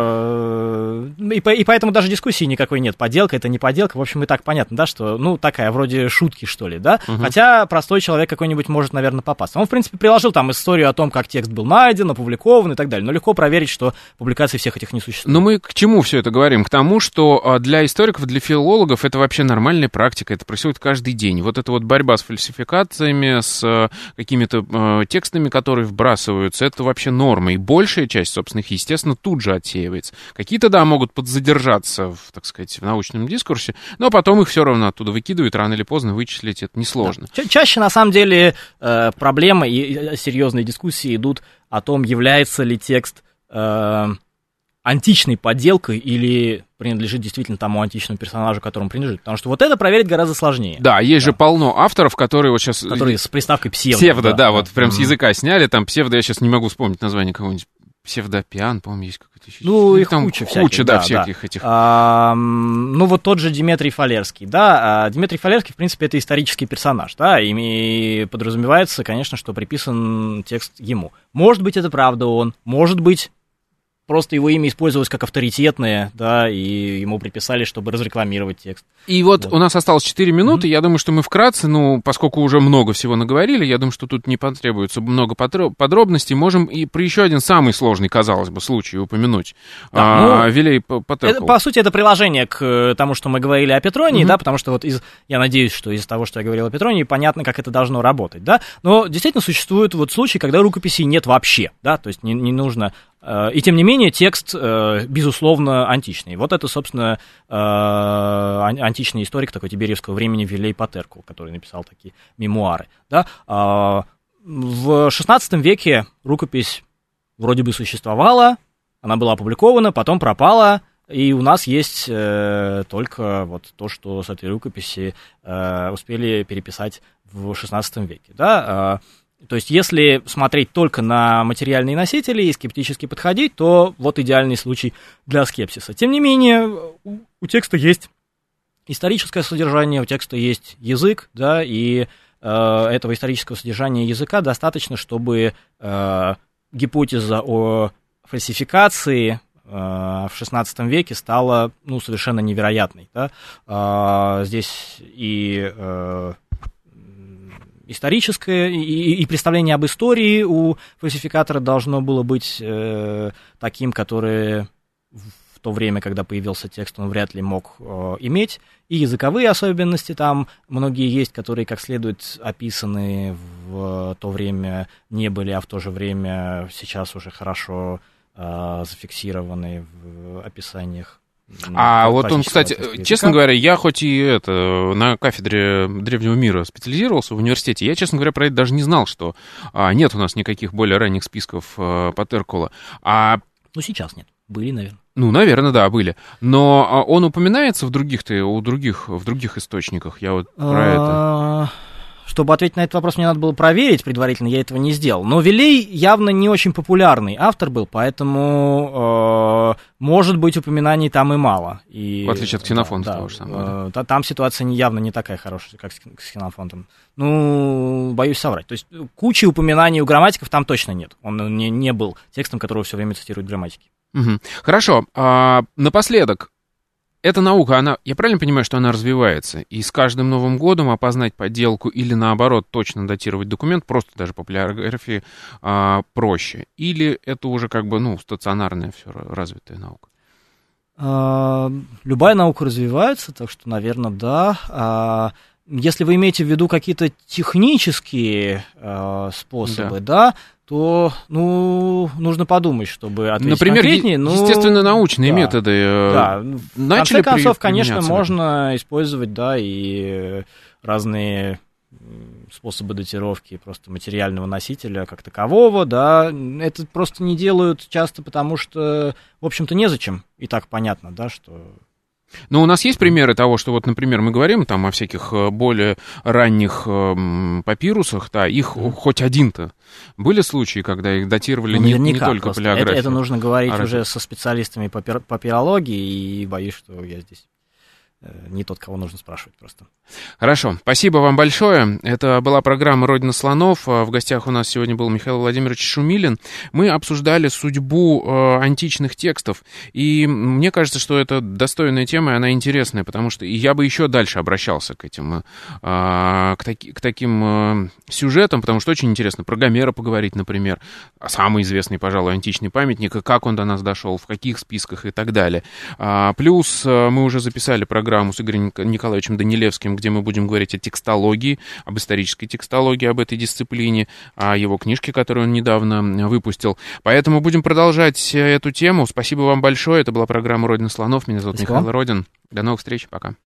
Speaker 3: И поэтому даже дискуссии никакой нет. Подделка, это не подделка, в общем, и так понятно, да, что, ну, такая вроде шутки, что ли, да? Хотя простой человек какой-нибудь может, наверное, попасться. Он, в принципе, приложил там историю о том, как текст был найден, опубликован и так далее, но легко проверить, что публикации всех этих не существует. существует.
Speaker 2: Но мы к чему все это говорим? К тому, что для историков, для филологов это вообще нормальная практика, это происходит каждый день. Вот эта вот борьба с фальсификациями, с какими-то э, текстами, которые вбрасываются, это вообще норма. И большая часть, собственно, их, естественно, тут же отсеивается. Какие-то, да, могут подзадержаться, в, так сказать, в научном дискурсе, но потом их все равно оттуда выкидывают, рано или поздно вычислить это несложно.
Speaker 3: Да. Ча- чаще, на самом деле, э, проблемы и серьезные дискуссии идут о том, является ли текст э, античной подделкой или принадлежит действительно тому античному персонажу, которому принадлежит. Потому что вот это проверить гораздо сложнее.
Speaker 2: Да, есть
Speaker 3: да.
Speaker 2: же полно авторов, которые вот сейчас...
Speaker 3: Которые с приставкой псевдо.
Speaker 2: Псевдо, да,
Speaker 3: да, да
Speaker 2: вот
Speaker 3: да.
Speaker 2: прям
Speaker 3: mm-hmm.
Speaker 2: с языка сняли, там псевдо, я сейчас не могу вспомнить название кого-нибудь. Псевдопиан, по-моему, есть какой-то еще.
Speaker 3: Ну, их
Speaker 2: там
Speaker 3: куча,
Speaker 2: куча
Speaker 3: всяких,
Speaker 2: да,
Speaker 3: да,
Speaker 2: всяких
Speaker 3: да.
Speaker 2: этих.
Speaker 3: А, ну, вот тот же Дмитрий Фалерский, да. Дмитрий Фалерский, в принципе, это исторический персонаж, да, и подразумевается, конечно, что приписан текст ему. Может быть, это правда он, может быть, просто его имя использовалось как авторитетное, да, и ему приписали, чтобы разрекламировать текст.
Speaker 2: И вот,
Speaker 3: вот.
Speaker 2: у нас осталось четыре минуты,
Speaker 3: Mm-hmm.
Speaker 2: я думаю, что мы вкратце, ну, поскольку уже много всего наговорили, я думаю, что тут не потребуется много подробностей, можем и про еще один самый сложный, казалось бы, случай упомянуть.
Speaker 3: Да,
Speaker 2: а,
Speaker 3: ну,
Speaker 2: Вилей Патеркул.
Speaker 3: По сути, это приложение к тому, что мы говорили о Петронии,
Speaker 2: Mm-hmm.
Speaker 3: да, потому что вот из, я надеюсь, что из того, что я говорил о Петронии, понятно, как это должно работать, да, но действительно существуют вот случаи, когда рукописей нет вообще, да, то есть не, не нужно... И тем не менее, текст, безусловно, античный. Вот это, собственно, античный историк такой тиберевского времени Вилей Патеркул, который написал такие мемуары. Да? В шестнадцатом веке рукопись вроде бы существовала, она была опубликована, потом пропала, и у нас есть только вот то, что с этой рукописи успели переписать в шестнадцатом веке. Да? То есть, если смотреть только на материальные носители и скептически подходить, то вот идеальный случай для скепсиса. Тем не менее, у текста есть историческое содержание, у текста есть язык, да, и э, этого исторического содержания языка достаточно, чтобы э, гипотеза о фальсификации э, в шестнадцатом веке стала, ну, совершенно невероятной. Да? Э, здесь и... Э, историческое, и, и представление об истории у фальсификатора должно было быть э, таким, которое в то время, когда появился текст, он вряд ли мог э, иметь. И языковые особенности там многие есть, которые как следует описаны в то время не были, а в то же время сейчас уже хорошо э, зафиксированы в описаниях.
Speaker 2: А вот он, кстати, честно говоря, я хоть и это, на кафедре древнего мира специализировался в университете, я, честно говоря, про это даже не знал, что а, нет у нас никаких более ранних списков а, Патеркула. А...
Speaker 3: Ну, сейчас нет. Были, наверное.
Speaker 2: Ну, наверное, да, были. Но он упоминается в других-то, у других, в других источниках? Я вот про это...
Speaker 3: Чтобы ответить на этот вопрос, мне надо было проверить предварительно, я этого не сделал. Но Вилей явно не очень популярный автор был, поэтому, э, может быть, упоминаний там и мало. И,
Speaker 2: в отличие от Ксенофонта
Speaker 3: да,
Speaker 2: того же самого.
Speaker 3: Э, да. Там ситуация явно не такая хорошая, как с Ксенофонтом. Ну, боюсь соврать. То есть кучи упоминаний у грамматиков там точно нет. Он не, не был текстом, которого все время цитируют грамматики.
Speaker 2: Угу. Хорошо. А, напоследок. Эта наука, она, я правильно понимаю, что она развивается, и с каждым Новым годом опознать подделку или, наоборот, точно датировать документ, просто даже по полиграфии, а, проще? Или это уже как бы, ну, стационарная все развитая наука?
Speaker 3: А, любая наука развивается, так что, наверное, да. А, если вы имеете в виду какие-то технические а, способы, да, да то, ну, нужно подумать, чтобы ответить
Speaker 2: Например,
Speaker 3: конкретнее.
Speaker 2: Например,
Speaker 3: ну,
Speaker 2: естественно-научные
Speaker 3: да,
Speaker 2: методы
Speaker 3: да. В конце концов, конечно, можно использовать, да, и разные способы датировки просто материального носителя как такового, да. Это просто не делают часто, потому что, в общем-то, незачем. И так понятно, да, что...
Speaker 2: Но у нас есть примеры того, что вот, например, мы говорим там о всяких более ранних э, папирусах, да, их mm. хоть один-то. Были случаи, когда их датировали ну, не, не только палеографией?
Speaker 3: Это, это нужно говорить
Speaker 2: а
Speaker 3: уже со специалистами по папирологии, и боюсь, что я здесь не тот, кого нужно спрашивать просто.
Speaker 2: Хорошо, спасибо вам большое. Это была программа «Родина слонов». В гостях у нас сегодня был Михаил Владимирович Шумилин. Мы обсуждали судьбу э, античных текстов, и мне кажется, что это достойная тема, и она интересная, потому что я бы еще дальше обращался к этим, э, к, таки, к таким э, сюжетам, потому что очень интересно про Гомера поговорить, например, самый известный, пожалуй, античный памятник, и как он до нас дошел, в каких списках и так далее. А, плюс э, мы уже записали программу с Игорем Николаевичем Данилевским, где мы будем говорить о текстологии, об исторической текстологии, об этой дисциплине, о его книжке, которую он недавно выпустил. Поэтому будем продолжать эту тему. Спасибо вам большое. Это была программа «Родина слонов». Меня зовут
Speaker 3: Спасибо.
Speaker 2: Михаил Родин. До новых встреч. Пока.